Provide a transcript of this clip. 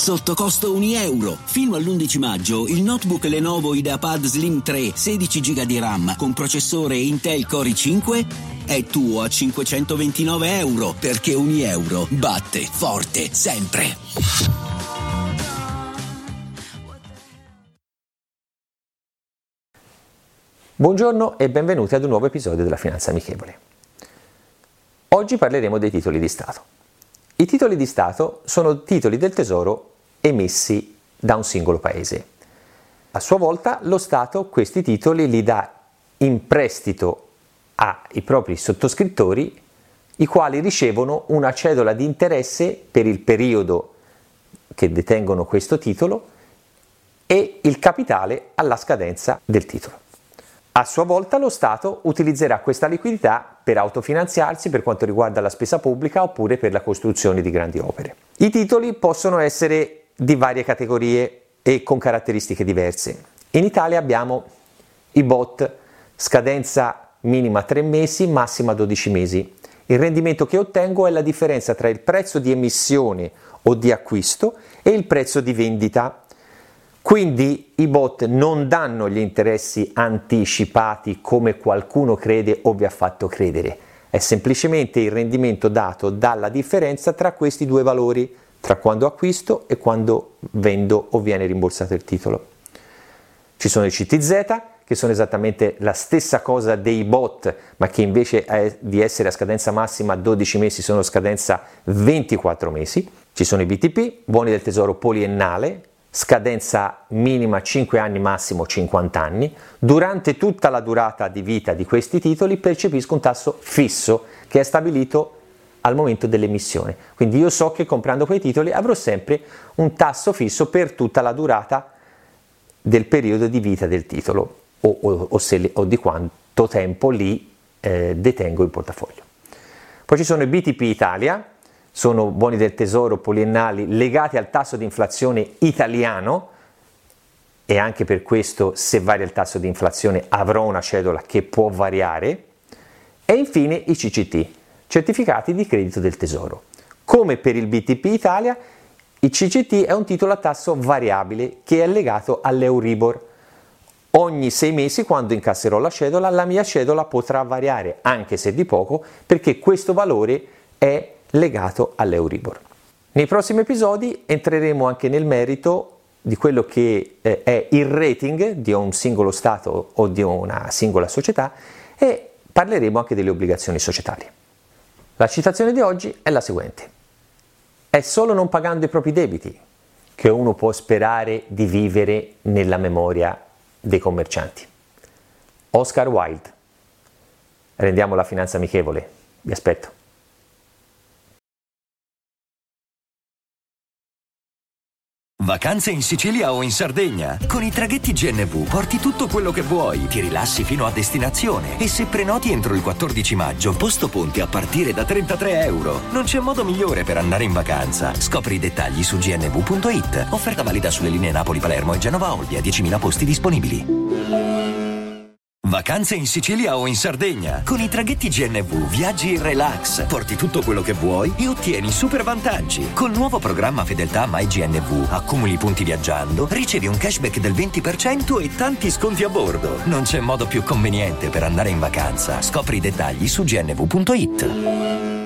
sotto costo €1. Fino all'11 maggio il notebook Lenovo IdeaPad Slim 3 16 GB di RAM con processore Intel Core i5 è tuo a €529, perché €1 batte forte sempre. Buongiorno e benvenuti ad un nuovo episodio della Finanza Amichevole. Oggi parleremo dei titoli di Stato. I titoli di Stato sono titoli del Tesoro emessi da un singolo paese. A sua volta lo Stato questi titoli li dà in prestito ai propri sottoscrittori, i quali ricevono una cedola di interesse per il periodo che detengono questo titolo e il capitale alla scadenza del titolo. A sua volta lo Stato utilizzerà questa liquidità per autofinanziarsi per quanto riguarda la spesa pubblica oppure per la costruzione di grandi opere. I titoli possono essere di varie categorie e con caratteristiche diverse. In Italia abbiamo i BOT, scadenza minima 3 mesi, massima 12 mesi. Il rendimento che ottengo è la differenza tra il prezzo di emissione o di acquisto e il prezzo di vendita. Quindi i BOT non danno gli interessi anticipati come qualcuno crede o vi ha fatto credere. È semplicemente il rendimento dato dalla differenza tra questi due valori, tra quando acquisto e quando vendo o viene rimborsato il titolo. Ci sono i CTZ, che sono esattamente la stessa cosa dei BOT, ma che invece di essere a scadenza massima 12 mesi sono a scadenza 24 mesi. Ci sono i BTP, buoni del tesoro poliennale, scadenza minima 5 anni, massimo 50 anni. Durante tutta la durata di vita di questi titoli percepisco un tasso fisso che è stabilito al momento dell'emissione. Quindi io so che comprando quei titoli avrò sempre un tasso fisso per tutta la durata del periodo di vita del titolo o di quanto tempo li detengo in portafoglio. Poi ci sono i BTP Italia, sono buoni del tesoro poliennali legati al tasso di inflazione italiano e anche per questo, se varia il tasso di inflazione, avrò una cedola che può variare. E infine i CCT, certificati di credito del tesoro. Come per il BTP Italia, il CCT è un titolo a tasso variabile che è legato all'Euribor. Ogni 6 mesi, quando incasserò la mia cedola potrà variare, anche se di poco, perché questo valore è legato all'Euribor. Nei prossimi episodi entreremo anche nel merito di quello che è il rating di un singolo Stato o di una singola società e parleremo anche delle obbligazioni societarie. La citazione di oggi è la seguente: è solo non pagando i propri debiti che uno può sperare di vivere nella memoria dei commercianti. Oscar Wilde. Rendiamo la finanza amichevole. Vi aspetto. Vacanze in Sicilia o in Sardegna? Con i traghetti GNV porti tutto quello che vuoi, ti rilassi fino a destinazione e se prenoti entro il 14 maggio, posto ponti a partire da €33. Non c'è modo migliore per andare in vacanza. Scopri i dettagli su gnv.it. Offerta valida sulle linee Napoli-Palermo e Genova-Olbia, 10.000 posti disponibili. Vacanze in Sicilia o in Sardegna? Con i traghetti GNV viaggi in relax, porti tutto quello che vuoi e ottieni super vantaggi. Col nuovo programma Fedeltà MyGNV accumuli punti viaggiando, ricevi un cashback del 20% e tanti sconti a bordo. Non c'è modo più conveniente per andare in vacanza. Scopri i dettagli su gnv.it.